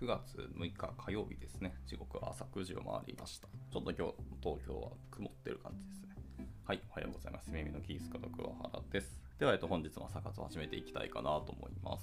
9月6日火曜日ですね。時刻は朝9時を回りました。ちょっと今日、東京は曇ってる感じですね。はい、おはようございます。耳のキースこと桑原です。では、本日も朝活を始めていきたいかなと思います。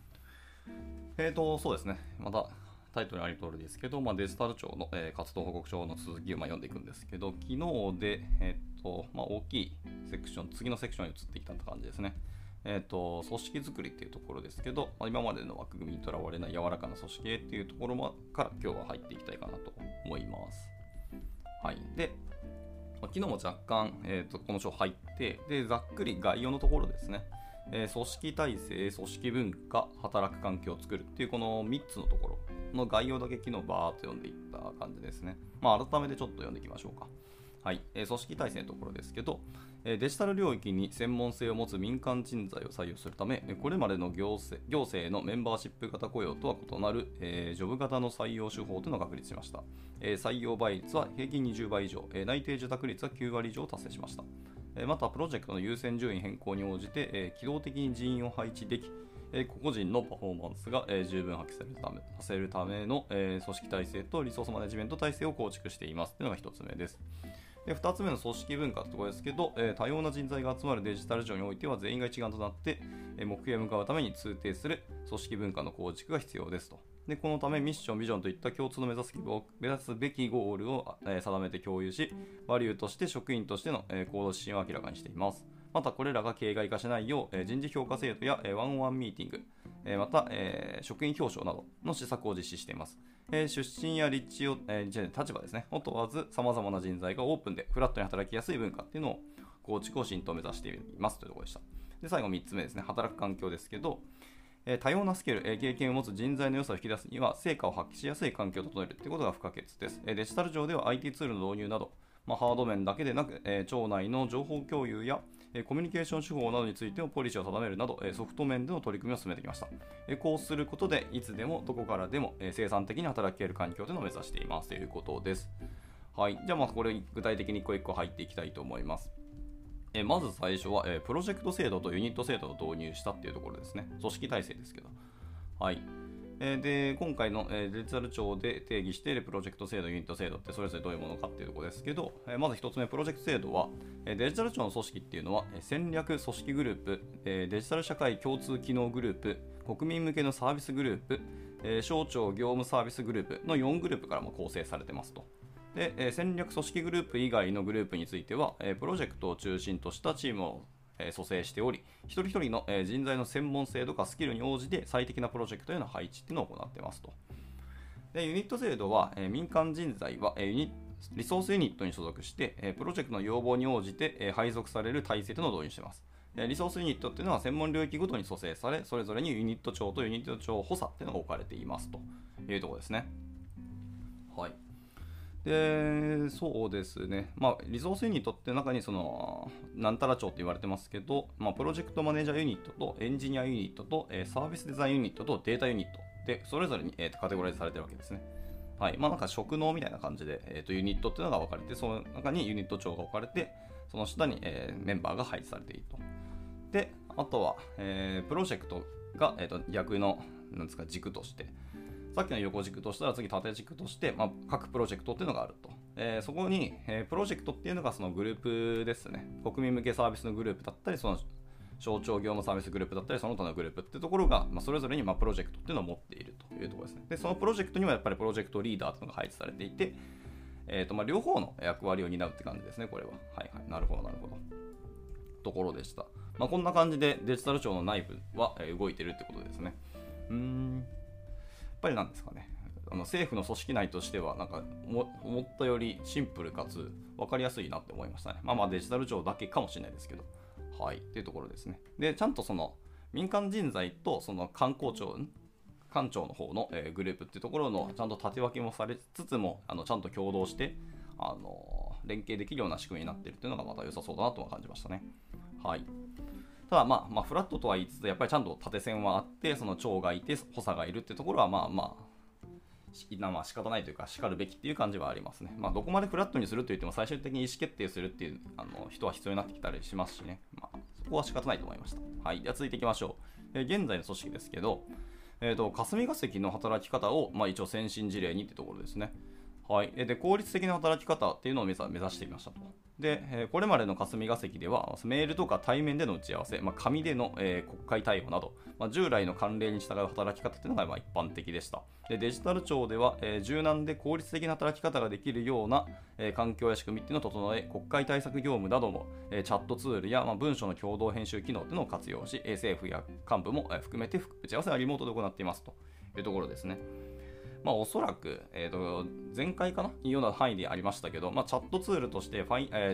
そうですね。またタイトルにあり通りですけど、デジタル庁の、活動報告書の続きを読んでいくんですけど、昨日で、大きいセクション、次のセクションに移ってきた感じですね。組織づくりっていうところですけど、今までの枠組みにとらわれない柔らかな組織へっていうところから今日は入っていきたいかなと思います。はい。で、昨日も若干、この章入って、で、ざっくり概要のところですね。組織体制、組織文化、働く環境を作るっていうこの3つのところの概要だけ昨日バーっと読んでいった感じですね。改めてちょっと読んでいきましょうか。はい、組織体制のところですけど、デジタル領域に専門性を持つ民間人材を採用するため、これまでの行政のメンバーシップ型雇用とは異なる、ジョブ型の採用手法というのを確立しました。採用倍率は平均20倍以上、内定受託率は9割以上達成しました。また、プロジェクトの優先順位変更に応じて、機動的に人員を配置でき、個々人のパフォーマンスが十分発揮させるための組織体制とリソースマネジメント体制を構築していますというのが1つ目です。で2つ目の組織文化というところですけど、多様な人材が集まるデジタル庁においては全員が一丸となって目標へ向かうために通底する組織文化の構築が必要ですと。でこのためミッション、ビジョンといった共通の目指すべきゴールを定めて共有し、バリューとして職員としての行動指針を明らかにしています。またこれらが形骸化しないよう人事評価制度やワンオンワンミーティング、また職員表彰などの施策を実施しています。出身や立地を、立場ですねを問わず様々な人材がオープンでフラットに働きやすい文化っていうのを構築を浸透を目指していますというところでした。で最後3つ目ですね、働く環境ですけど、多様なスキル、経験を持つ人材の良さを引き出すには成果を発揮しやすい環境を整えるということが不可欠です。デジタル上では IT ツールの導入など、ハード面だけでなく、庁内の情報共有やコミュニケーション手法などについてもポリシーを定めるなど、ソフト面での取り組みを進めてきました。こうすることでいつでもどこからでも生産的に働ける環境というのを目指していますということです。はい。じゃあこれ具体的に一個一個入っていきたいと思います。まず最初はプロジェクト制度とユニット制度を導入したっていうところですね。組織体制ですけど。はい。で今回のデジタル庁で定義しているプロジェクト制度、ユニット制度ってそれぞれどういうものかっていうところですけど、まず1つ目、プロジェクト制度はデジタル庁の組織っていうのは戦略組織グループ、デジタル社会共通機能グループ、国民向けのサービスグループ、省庁業務サービスグループの4グループからも構成されてますと。で戦略組織グループ以外のグループについてはプロジェクトを中心としたチームを組成しており、一人一人の人材の専門性とかスキルに応じて最適なプロジェクトへの配置っていうのを行っていますと。でユニット制度は民間人材はリソースユニットに所属してプロジェクトの要望に応じて配属される体制というのを導入しています。リソースユニットっていうのは専門領域ごとに組成され、それぞれにユニット長とユニット長補佐っていうのが置かれていますというところですね。はい。でそうですね、リソースユニットって中になんたら庁って言われてますけど、プロジェクトマネージャーユニットとエンジニアユニットとサービスデザインユニットとデータユニットでそれぞれにカテゴライズされてるわけですね。はい。なんか職能みたいな感じで、ユニットっていうのが分かれて、その中にユニット長が置かれて、その下に、メンバーが配置されていると。で、あとは、プロジェクトが、逆のなんですか軸として、さっきの横軸としたら次縦軸として、各プロジェクトっていうのがあると。そこに、プロジェクトっていうのがそのグループですね。国民向けサービスのグループだったり、その省庁業務サービスグループだったり、その他のグループっていうところが、それぞれにプロジェクトっていうのを持っているというところですね。で、そのプロジェクトにはやっぱりプロジェクトリーダーっていうのが配置されていて、両方の役割を担うって感じですね、これは。はいはい。なるほど、なるほど。ところでした。こんな感じでデジタル庁の内部は動いてるってことですね。やっぱりなんですかね、政府の組織内としてはなんか思ったよりシンプルかつ分かりやすいなって思いましたね。デジタル庁だけかもしれないですけど、はいっていうところですね。でちゃんとその民間人材とその官庁の方のグループっていうところのちゃんと縦分けもされつつもちゃんと共同して連携できるような仕組みになっているっていうのがまた良さそうだなとは感じましたね。はい。ただフラットとは言いつつやっぱりちゃんと縦線はあって、その長がいて補佐がいるっていうところは仕方ないというかしかるべきっていう感じはありますね。どこまでフラットにすると言っても最終的に意思決定するっていう人は必要になってきたりしますしね。そこは仕方ないと思いました。はい。では続いていきましょう。現在の組織ですけど、 霞が関の働き方を、一応先進事例にってところですね。はい、で効率的な働き方っていうのを目指していましたと。で、これまでの霞が関ではメールとか対面での打ち合わせ、紙での、国会対応など、従来の慣例に従う働き方っていうのが一般的でした。でデジタル庁では、柔軟で効率的な働き方ができるような、環境や仕組みっていうのを整え、国会対策業務なども、チャットツールや、文書の共同編集機能っていうのを活用し、政府や幹部も、含めて打ち合わせはリモートで行っていますというところですね。おそらく、前回かないうような範囲でありましたけど、チャットツールとして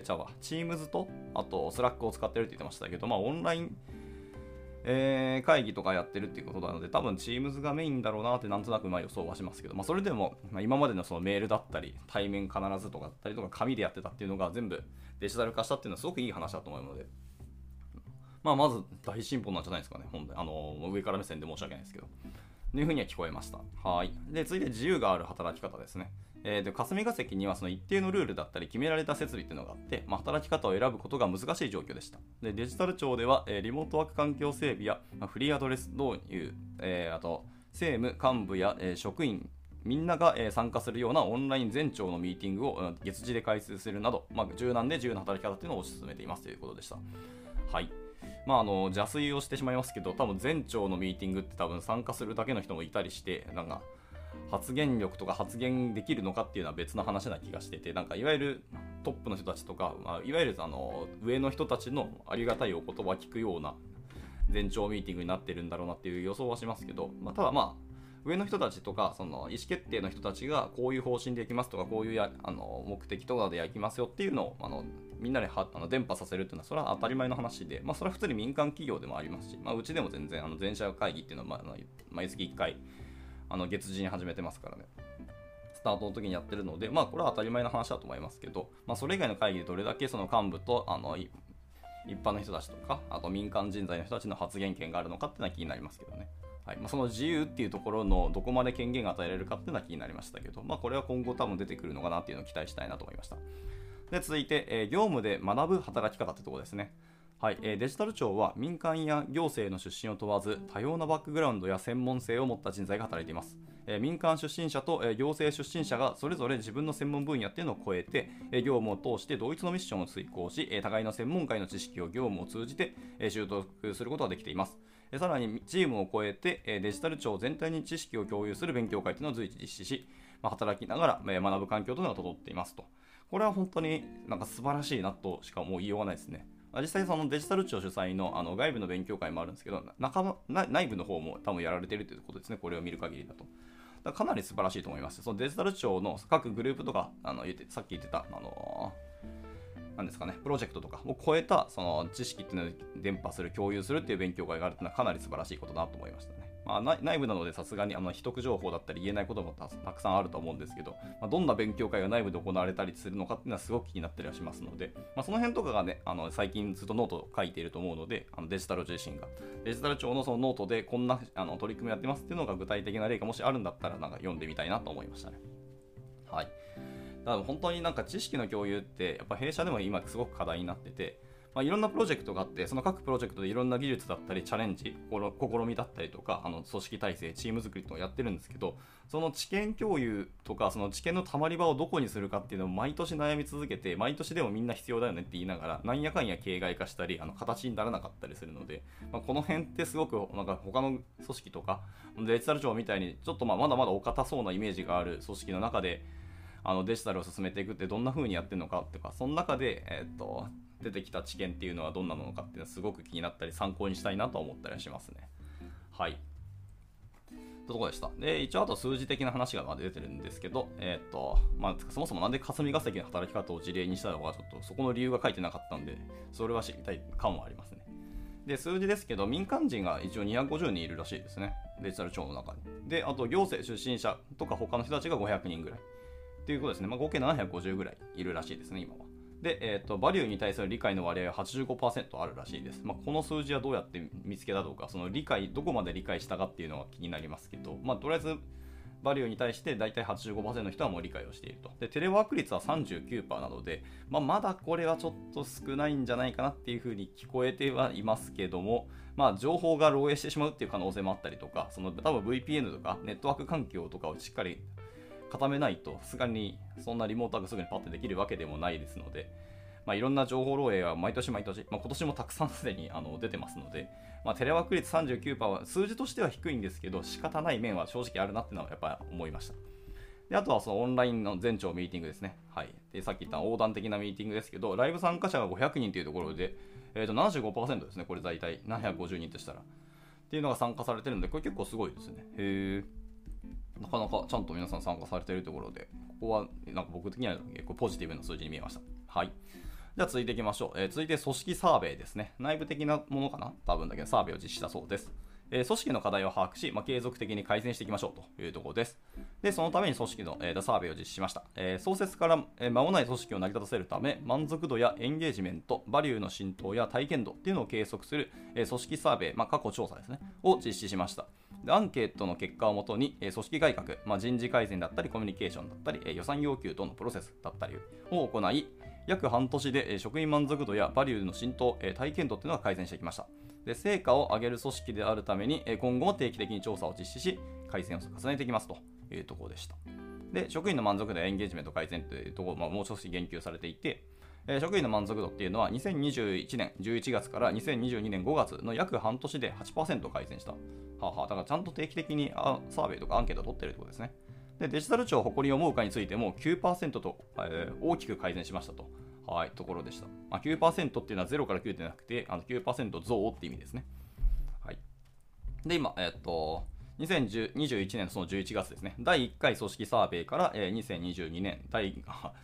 Teams と、あと Slack を使ってるって言ってましたけど、オンライン、会議とかやってるっていうことなので、多分 Teams がメインだろうなってなんとなく予想はしますけど、それでも、今までのそのメールだったり、対面必ずとかだったりとか、紙でやってたっていうのが全部デジタル化したっていうのはすごくいい話だと思うので、まず大進歩なんじゃないですかね、本当に上から目線で申し訳ないですけど。というふうには聞こえました。はい。で、続いて自由がある働き方ですね。で霞が関にはその一定のルールだったり決められた設備っていうのがあって、働き方を選ぶことが難しい状況でした。でデジタル庁では、リモートワーク環境整備や、フリーアドレス導入、あと政務幹部や、職員みんなが、参加するようなオンライン全庁のミーティングを月次で開催するなど、柔軟で自由な働き方っていうのを推し進めていますということでした。はい。邪推をしてしまいますけど、多分全庁のミーティングって多分参加するだけの人もいたりして、なんか発言力とか発言できるのかっていうのは別の話な気がしてて、なんかいわゆるトップの人たちとか、いわゆる上の人たちのありがたいお言葉を聞くような全庁ミーティングになってるんだろうなっていう予想はしますけど、ただ上の人たちとかその意思決定の人たちがこういう方針でいきますとか、こういう目的とかでいきますよっていうのをみんなで伝播させるっていうのはそれは当たり前の話で、それは普通に民間企業でもありますし、うちでも全然全社会議っていうのは毎月1回月次に始めてますからね、スタートの時にやってるので、これは当たり前の話だと思いますけど、それ以外の会議でどれだけその幹部と一般の人たちとか、あと民間人材の人たちの発言権があるのかっていうのは気になりますけどね。はい。その自由っていうところのどこまで権限が与えられるかっていうのは気になりましたけど、これは今後多分出てくるのかなっていうのを期待したいなと思いました。で続いて、業務で学ぶ働き方ってところですね。はい。デジタル庁は民間や行政の出身を問わず多様なバックグラウンドや専門性を持った人材が働いています。民間出身者と行政出身者がそれぞれ自分の専門分野っていうのを超えて業務を通して同一のミッションを遂行し、互いの専門外の知識を業務を通じて習得することができています。さらにチームを超えてデジタル庁全体に知識を共有する勉強会というのを随時実施し、働きながら学ぶ環境というのが整っていますと。これは本当になんか素晴らしいなとしかもう言いようがないですね。実際そのデジタル庁主催の外部の勉強会もあるんですけど、内部の方も多分やられているということですね。これを見る限りだと。かなり素晴らしいと思います。そのデジタル庁の各グループとかさっき言ってたなんですかね、プロジェクトとかを超えたその知識っていうのを伝播する、共有するっていう勉強会があるっていうのはかなり素晴らしいことだと思いましたね。内部なのでさすがに秘匿情報だったり言えないこともたくさんあると思うんですけど、どんな勉強会が内部で行われたりするのかっていうのはすごく気になったりはしますので、その辺とかがね、最近ずっとノートを書いていると思うので、デジタル庁自身がデジタル庁のそのノートでこんな取り組みやってますっていうのが具体的な例がもしあるんだったらなんか読んでみたいなと思いましたね。はい。だから本当になんか知識の共有ってやっぱ弊社でも今すごく課題になってて、いろんなプロジェクトがあって、その各プロジェクトでいろんな技術だったりチャレンジ、試みだったりとか組織体制、チーム作りとかやってるんですけど、その知見共有とかその知見のたまり場をどこにするかっていうのを毎年悩み続けて、毎年でもみんな必要だよねって言いながらなんやかんや形骸化したり形にならなかったりするので、この辺ってすごくなんか他の組織とかデジタル庁みたいにちょっとまだまだお堅そうなイメージがある組織の中でデジタルを進めていくってどんな風にやってるのかとか、その中で出てきた知見っていうのはどんなのかっていうのはすごく気になったり参考にしたいなと思ったりしますね。はい。ところでした。で、一応あと数字的な話が出てるんですけど、そもそもなんで霞が関の働き方を事例にしたのかちょっとそこの理由が書いてなかったんで、それは知りたい感はありますね。で、数字ですけど、民間人が一応250人いるらしいですね。デジタル庁の中に。で、あと行政出身者とか他の人たちが500人ぐらい。っていうことですね。合計750ぐらいいるらしいですね、今は。で、バリューに対する理解の割合は 85% あるらしいです。この数字はどうやって見つけたとか、その理解、どこまで理解したかっていうのは気になりますけど、とりあえず、 バリューに対して大体 85% の人はもう理解をしていると。で、テレワーク率は 39% なので、まだこれはちょっと少ないんじゃないかなっていうふうに聞こえてはいますけども、情報が漏洩してしまうっていう可能性もあったりとか、多分 VPN とかネットワーク環境とかをしっかり固めないと、さすがにそんなリモートワークすぐにパッとできるわけでもないですので、いろんな情報漏洩は毎年、今年もたくさんすでに出てますので、テレワーク率 39% は数字としては低いんですけど、仕方ない面は正直あるなっていうのはやっぱり思いました。で、あとはそのオンラインの全庁ミーティングですね。はい。で、さっき言った横断的なミーティングですけど、ライブ参加者が500人というところで、75% ですね。これ大体750人としたら。っていうのが参加されてるので、これ結構すごいですね。へー。なかなかちゃんと皆さん参加されているところで、ここはなんか僕的には結構ポジティブな数字に見えました。はい。じゃあ続いていきましょう。続いて組織サーベイですね。内部的なものかな多分だけどサーベイを実施したそうです。組織の課題を把握し、継続的に改善していきましょうというところです。で、そのために組織の、サーベイを実施しました。創設から間もない組織を成り立たせるため、満足度やエンゲージメント、バリューの浸透や体験度っていうのを計測する、組織サーベイ、過去調査ですね、を実施しました。で、アンケートの結果をもとに、組織改革、人事改善だったり、コミュニケーションだったり、予算要求等のプロセスだったりを行い、約半年で職員満足度やバリューの浸透、体験度というのが改善してきました。で、成果を上げる組織であるために、今後も定期的に調査を実施し、改善を重ねていきますというところでした。で、職員の満足度やエンゲージメント改善というところ、もう少し言及されていて、職員の満足度っていうのは2021年11月から2022年5月の約半年で 8% 改善した。だからちゃんと定期的にサーベイとかアンケートを取っているところですね。で、デジタル庁を誇りを思うかについても 9% と、大きく改善しましたと。ところでした。9% っていうのは0から9ではなくて、9% 増って意味ですね。はい。で、今、2021年のその11月ですね。第1回組織サーベイから、2022年、第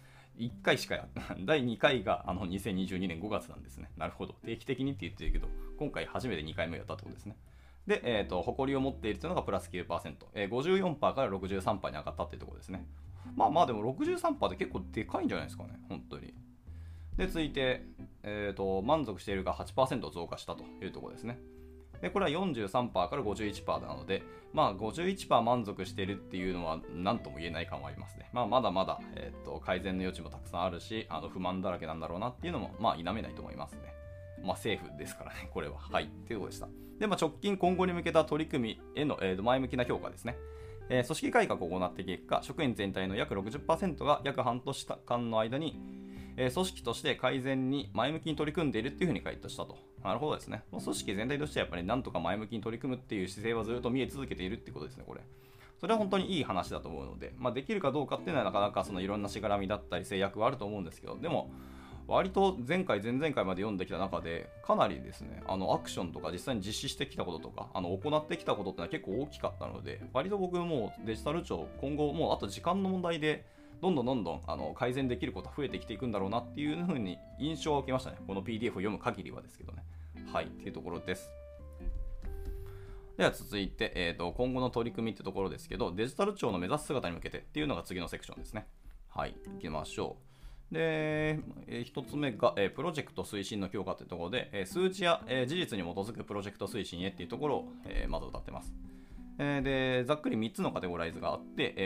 1回しか第2回が2022年5月なんですね。なるほど。定期的にって言ってるけど、今回初めて2回目やったってことですね。で、誇りを持っているというのがプラス 9%、54% から 63% に上がったっていうところですね。でも 63% って結構でかいんじゃないですかね、本当に。で、続いて、満足しているが 8% 増加したというところですね。で、これは 43% から 51% なので、51% 満足しているっていうのは何とも言えない感はありますね。まだまだ、改善の余地もたくさんあるし、不満だらけなんだろうなっていうのも、否めないと思いますね。セーフですからね、これは。はい、っていうことでした。で、直近今後に向けた取り組みへの、前向きな評価ですね。組織改革を行った結果、職員全体の約 60% が約半年間の間に、組織として改善に前向きに取り組んでいるっていうふうに回答したと。なるほどですね。組織全体としてはやっぱりなんとか前向きに取り組むっていう姿勢はずっと見え続けているってことですね、これ。それは本当にいい話だと思うので、できるかどうかっていうのはなかなかそのいろんなしがらみだったり制約はあると思うんですけど、でも、割と前回、前々回まで読んできた中で、かなりですね、アクションとか実際に実施してきたこととか、行ってきたことってのは結構大きかったので、割と僕もデジタル庁、今後もうあと時間の問題で、どんどん改善できることは増えてきていくんだろうなっていうふうに印象を受けましたね。この PDF を読む限りはですけどね。はい、っていうところです。では続いて、今後の取り組みってところですけど、デジタル庁の目指す姿に向けてっていうのが次のセクションですね。はい、行きましょう。で、1つ目が、プロジェクト推進の強化というところで、数値や、事実に基づくプロジェクト推進へっていうところを、まず歌ってます。で、ざっくり3つのカテゴライズがあって、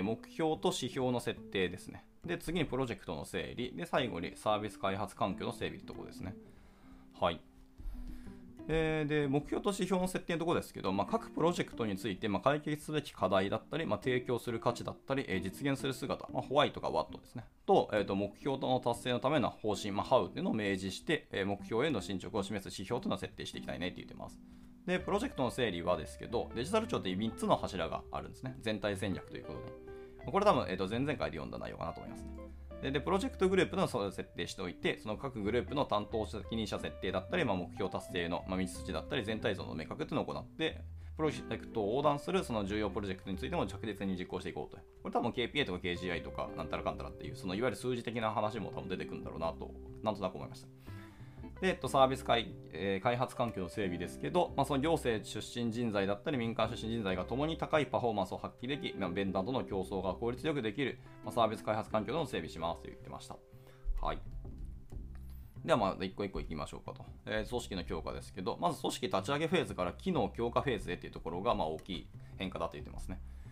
目標と指標の設定ですね。で、次にプロジェクトの整理。で、最後にサービス開発環境の整備というところですね。はい。で、目標と指標の設定のところですけど、各プロジェクトについて、解決すべき課題だったり、提供する価値だったり、実現する姿、ホワイトかワットですね。と、目標の達成のための方針、ハウというのを明示して、目標への進捗を示す指標というのを設定していきたいねって言ってます。で、プロジェクトの整理はですけど、デジタル庁って3つの柱があるんですね。全体戦略ということで。これ多分、前々回で読んだ内容かなと思いますね。で、プロジェクトグループの設定しておいて、その各グループの担当責任者設定だったり、目標達成の道筋だったり、全体像の明確というのを行って、プロジェクトを横断するその重要プロジェクトについても着実に実行していこうと。これ多分 KPI とか KGI とかなんたらかんたらっていう、そのいわゆる数字的な話も多分出てくるんだろうなと、なんとなく思いました。で、サービス開発環境の整備ですけど、その行政出身人材だったり民間出身人材が共に高いパフォーマンスを発揮でき、ベンダーとの競争が効率よくできる、サービス開発環境の整備しますと言ってました。はい。では一個一個いきましょうかと。組織の強化ですけど、まず組織立ち上げフェーズから機能強化フェーズへというところが大きい変化だと言ってますね。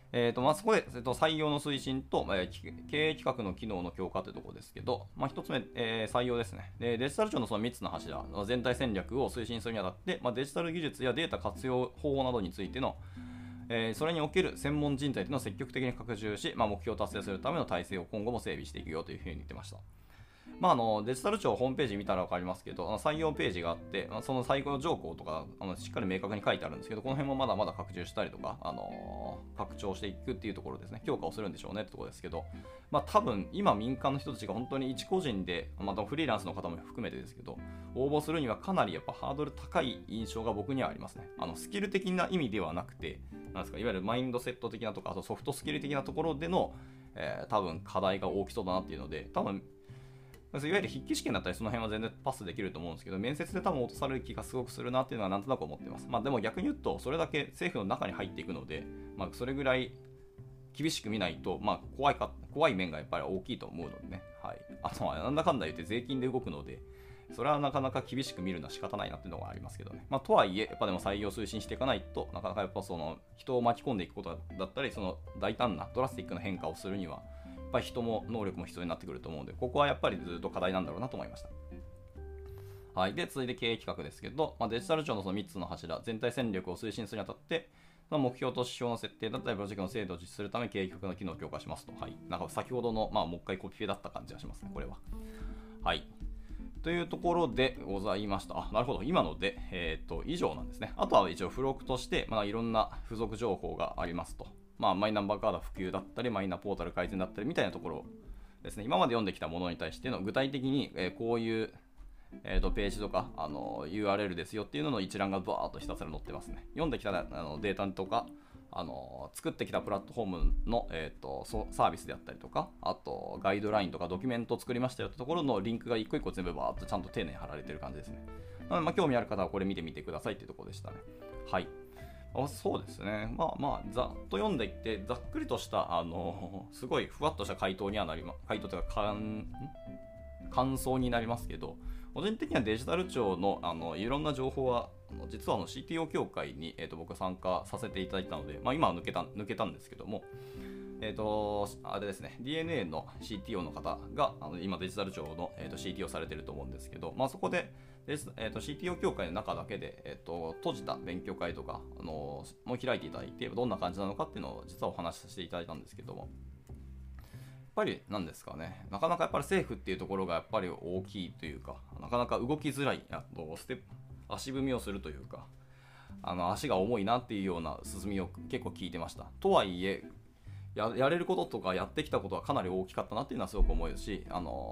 そこで、採用の推進と、経営企画の機能の強化というところですけど、1つ目、採用ですね。で、デジタル庁のその3つの柱、全体戦略を推進するにあたって、デジタル技術やデータ活用方法などについての、それにおける専門人材というのを積極的に拡充し、目標を達成するための体制を今後も整備していくよというふうに言ってました。デジタル庁ホームページ見たら分かりますけど、採用ページがあって、その採用条項とかしっかり明確に書いてあるんですけど、この辺もまだまだ拡充したりとか、拡張していくっていうところですね、強化をするんでしょうねってところですけど、多分今民間の人たちが本当に一個人で、またフリーランスの方も含めてですけど、応募するにはかなりやっぱハードル高い印象が僕にはありますね。スキル的な意味ではなくて、なんですか、いわゆるマインドセット的なとか、あとソフトスキル的なところでの、多分課題が大きそうだなっていうので、多分いわゆる筆記試験だったりその辺は全然パスできると思うんですけど、面接で多分落とされる気がすごくするなっていうのはなんとなく思ってます。でも逆に言うと、それだけ政府の中に入っていくので、それぐらい厳しく見ないと、怖い面がやっぱり大きいと思うのでね。はい。あとはなんだかんだ言って税金で動くので、それはなかなか厳しく見るのは仕方ないなっていうのがありますけどね。とはいえ、やっぱでも採用推進していかないと、なかなかやっぱその人を巻き込んでいくことだったり、その大胆なドラスティックな変化をするには、やっぱり人も能力も必要になってくると思うので、ここはやっぱりずっと課題なんだろうなと思いました。はい。で、続いて経営企画ですけど、デジタル庁のその3つの柱、全体戦略を推進するにあたって、目標と指標の設定だったり、プロジェクトの制度を実施するため、経営企画の機能を強化しますと。はい。なんか先ほどの、もう一回コピペだった感じがしますね、これは。はい。というところでございました。なるほど。今ので、以上なんですね。あとは一応付録として、いろんな付属情報がありますと。マイナンバーカード普及だったり、マイナポータル改善だったりみたいなところですね。今まで読んできたものに対しての具体的に、こういう、ページとか、URL ですよっていうのの一覧がバーっとひたすら載ってますね。読んできたデータとか、作ってきたプラットフォームの、サービスであったりとか、あとガイドラインとかドキュメントを作りましたよってところのリンクが一個一個全部バーっとちゃんと丁寧に貼られてる感じですね。なので、興味ある方はこれ見てみてくださいっていうところでしたね。はい。そうですね。ざっと読んでいって、ざっくりとした、すごいふわっとした回答にはなり回答というか、感想になりますけど、個人的にはデジタル庁の、いろんな情報は、実はCTO 協会に、僕は参加させていただいたので、今は抜けたんですけども、あれですね、DNA の CTO の方が今デジタル庁の、CTO されてると思うんですけど、そこで、CTO 協会の中だけで、閉じた勉強会とか、もう開いていただいて、どんな感じなのかっていうのを実はお話しさせていただいたんですけども、やっぱりなんですかね、なかなかやっぱり政府っていうところがやっぱり大きいというか、なかなか動きづらい、足踏みをするというか、足が重いなっていうような進みを結構聞いてました。とはいえ、やれることとかやってきたことはかなり大きかったなっていうのはすごく思うし、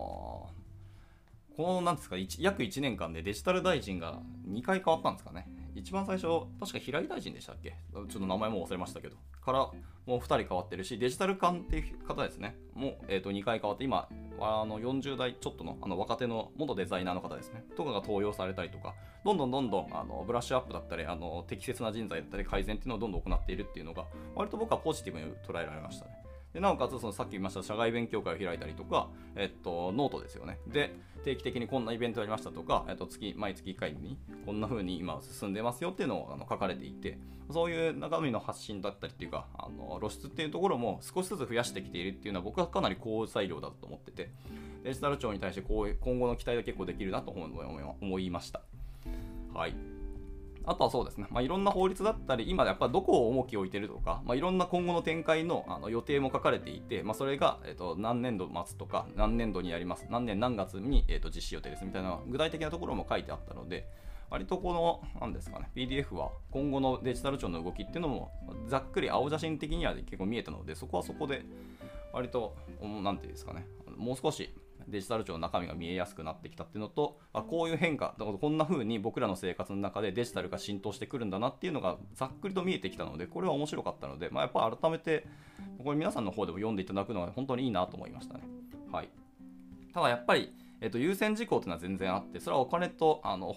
このなんですか、約1年間でデジタル大臣が2回変わったんですかね。一番最初、確か平井大臣でしたっけ、ちょっと名前も忘れましたけど、からもう2人変わってるし、デジタル官っていう方ですね、もう、2回変わって、今、40代ちょっとの若手の元デザイナーの方ですね、とかが登用されたりとか、どんどんブラッシュアップだったり、適切な人材だったり、改善っていうのをどんどん行っているっていうのが、割と僕はポジティブに捉えられましたね。でなおかつさっき言いました社外勉強会を開いたりとか、ノートですよね。で、定期的にこんなイベントやりましたとか、毎月1回にこんな風に今進んでますよっていうのを書かれていて、そういう中身の発信だったりっていうか、露出っていうところも少しずつ増やしてきているっていうのは僕はかなり好材料だと思ってて、デジタル庁に対して今後の期待が結構できるなと思いました。はい。あとはそうですね、いろんな法律だったり、今やっぱどこを重きを置いてるとか、いろんな今後の展開の、予定も書かれていて、それが、何年度末とか、何年度にやります、何年何月に、実施予定ですみたいな具体的なところも書いてあったので、割とこの、なんですかね、PDF は今後のデジタル庁の動きっていうのも、ざっくり青写真的には結構見えたので、そこはそこで、割と、なんていうんですかね、もう少し、デジタル庁の中身が見えやすくなってきたっていうのと、こういう変化、だからこんな風に僕らの生活の中でデジタルが浸透してくるんだなっていうのがざっくりと見えてきたので、これは面白かったので、やっぱ改めてこれ皆さんの方でも読んでいただくのは本当にいいなと思いましたね。はい。ただやっぱり、優先事項っていうのは全然あって、それはお金と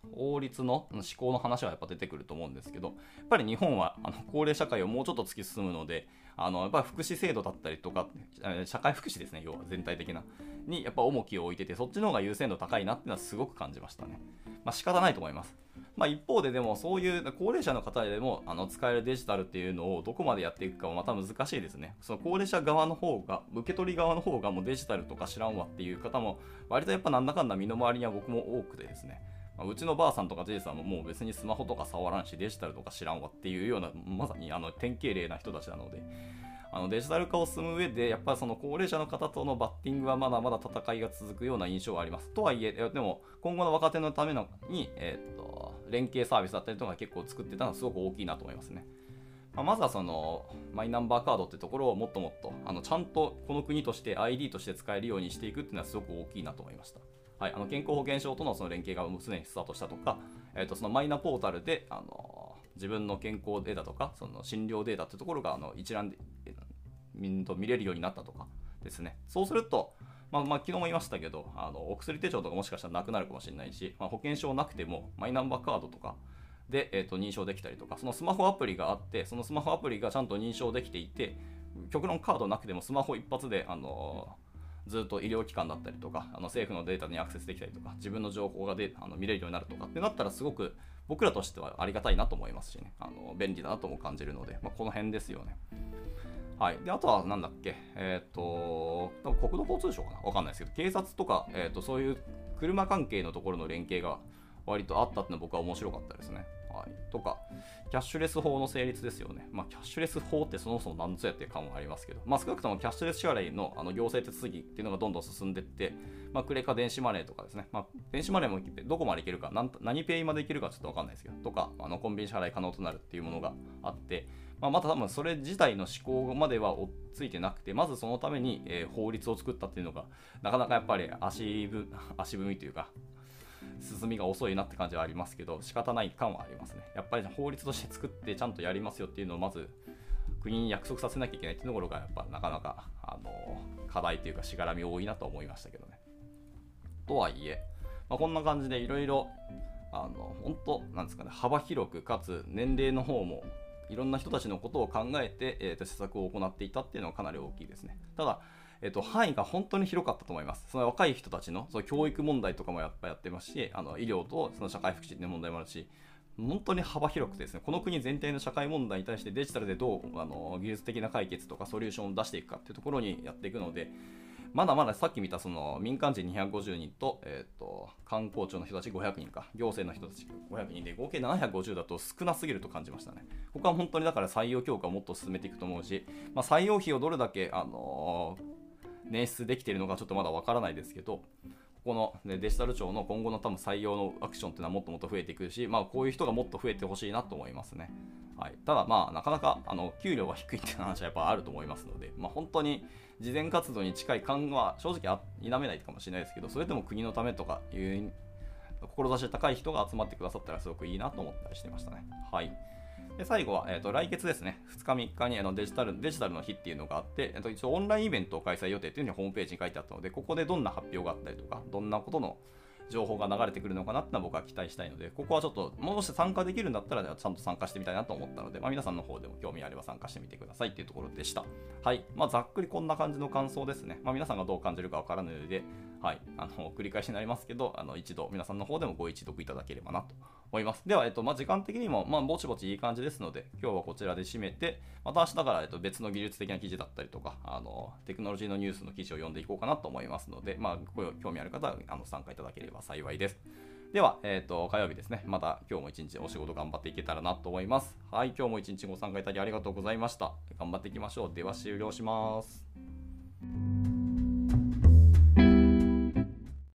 法律の施行の話はやっぱ出てくると思うんですけど、やっぱり日本は高齢社会をもうちょっと突き進むので、やっぱり福祉制度だったりとか、社会福祉ですね、要は全体的なにやっぱ重きを置いてて、そっちの方が優先度高いなっていうのはすごく感じましたね。仕方ないと思います。一方ででもそういう高齢者の方でも使えるデジタルっていうのをどこまでやっていくかはまた難しいですね。その高齢者側の方が、受け取り側の方がもうデジタルとか知らんわっていう方も割とやっぱなんだかんだ身の回りには僕も多くてですね、うちのばあさんとかじいさんももう別にスマホとか触らんしデジタルとか知らんわっていうような、まさに典型例な人たちなので、デジタル化を進む上でやっぱりその高齢者の方とのバッティングはまだまだ戦いが続くような印象はあります。とはいえでも今後の若手のために、連携サービスだったりとか結構作ってたのはすごく大きいなと思いますね。まずはそのマイナンバーカードってところをもっともっとちゃんとこの国として ID として使えるようにしていくっていうのはすごく大きいなと思いました。はい、健康保険証とのその連携がすでにスタートしたとか、そのマイナポータルで自分の健康データとかその診療データってところが一覧で見れるようになったとかですね。そうすると、昨日も言いましたけど、お薬手帳とかもしかしたらなくなるかもしれないし、保険証なくてもマイナンバーカードとかで、認証できたりとか、そのスマホアプリがあって、そのスマホアプリがちゃんと認証できていて、極論カードなくてもスマホ一発で、ずっと医療機関だったりとか、政府のデータにアクセスできたりとか、自分の情報が見れるようになるとかってなったらすごく僕らとしてはありがたいなと思いますしね、便利だなとも感じるので、この辺ですよね。はい、であとはなんだっけ、多分国土交通省かな、わかんないですけど、警察とか、そういう車関係のところの連携が割とあったっていうのは僕は面白かったですね。はい、とか、キャッシュレス法の成立ですよね。キャッシュレス法ってそもそも何ぞやっていう感はありますけど、少なくともキャッシュレス支払いの行政手続きっていうのがどんどん進んでいって、クレカ電子マネーとかですね、電子マネーもどこまでいけるか、何ペイまでいけるかちょっとわかんないですけど、とか、コンビニ支払い可能となるっていうものがあって、また多分それ自体の施行までは追っついてなくて、まずそのために、法律を作ったっていうのが、なかなかやっぱり足踏みというか、進みが遅いなって感じはありますけど、仕方ない感はありますね。やっぱり法律として作ってちゃんとやりますよっていうのをまず国に約束させなきゃいけないっていうところがやっぱなかなか課題というかしがらみ多いなと思いましたけどね。とはいえ、こんな感じでいろいろ本当なんですかね、幅広くかつ年齢の方もいろんな人たちのことを考えて、施策を行っていたっていうのはかなり大きいですね。ただ範囲が本当に広かったと思います。その若い人たちのその教育問題とかもやっぱやってますし、医療とその社会福祉の問題もあるし、本当に幅広くてですね、この国全体の社会問題に対してデジタルでどう技術的な解決とかソリューションを出していくかっていうところにやっていくので、まだまださっき見たその民間人250人と、観光庁の人たち500人か、行政の人たち500人で合計750だと少なすぎると感じましたね。ここは本当にだから採用強化をもっと進めていくと思うし、採用費をどれだけ捻出できているのかちょっとまだわからないですけど、この、デジタル庁の今後の多分採用のアクションっていうのはもっともっと増えていくし、こういう人がもっと増えてほしいなと思いますね。はい、ただなかなか給料が低いっていう話はやっぱあると思いますので、本当に慈善活動に近い感は正直否めないかもしれないですけど、それでも国のためとかいう志高い人が集まってくださったらすごくいいなと思ったりしてましたね。はい。で最後は、来月ですね、2日3日にデジタルの日っていうのがあって、一応オンラインイベントを開催予定というふうにホームページに書いてあったので、ここでどんな発表があったりとか、どんなことの情報が流れてくるのかなってのは僕は期待したいので、ここはちょっともし参加できるんだったらちゃんと参加してみたいなと思ったので、皆さんの方でも興味あれば参加してみてくださいっていうところでした。はい、ざっくりこんな感じの感想ですね。皆さんがどう感じるかわからないので、はい、繰り返しになりますけど、一度皆さんの方でもご一読いただければなと思います。では、時間的にもぼちぼちいい感じですので、今日はこちらで締めて、また明日から、別の技術的な記事だったりとか、テクノロジーのニュースの記事を読んでいこうかなと思いますので、ご興味ある方は参加いただければ幸いです。では、火曜日ですね。また今日も一日お仕事頑張っていけたらなと思います。はい、今日も一日ご参加いただきありがとうございました。頑張っていきましょう。では終了します。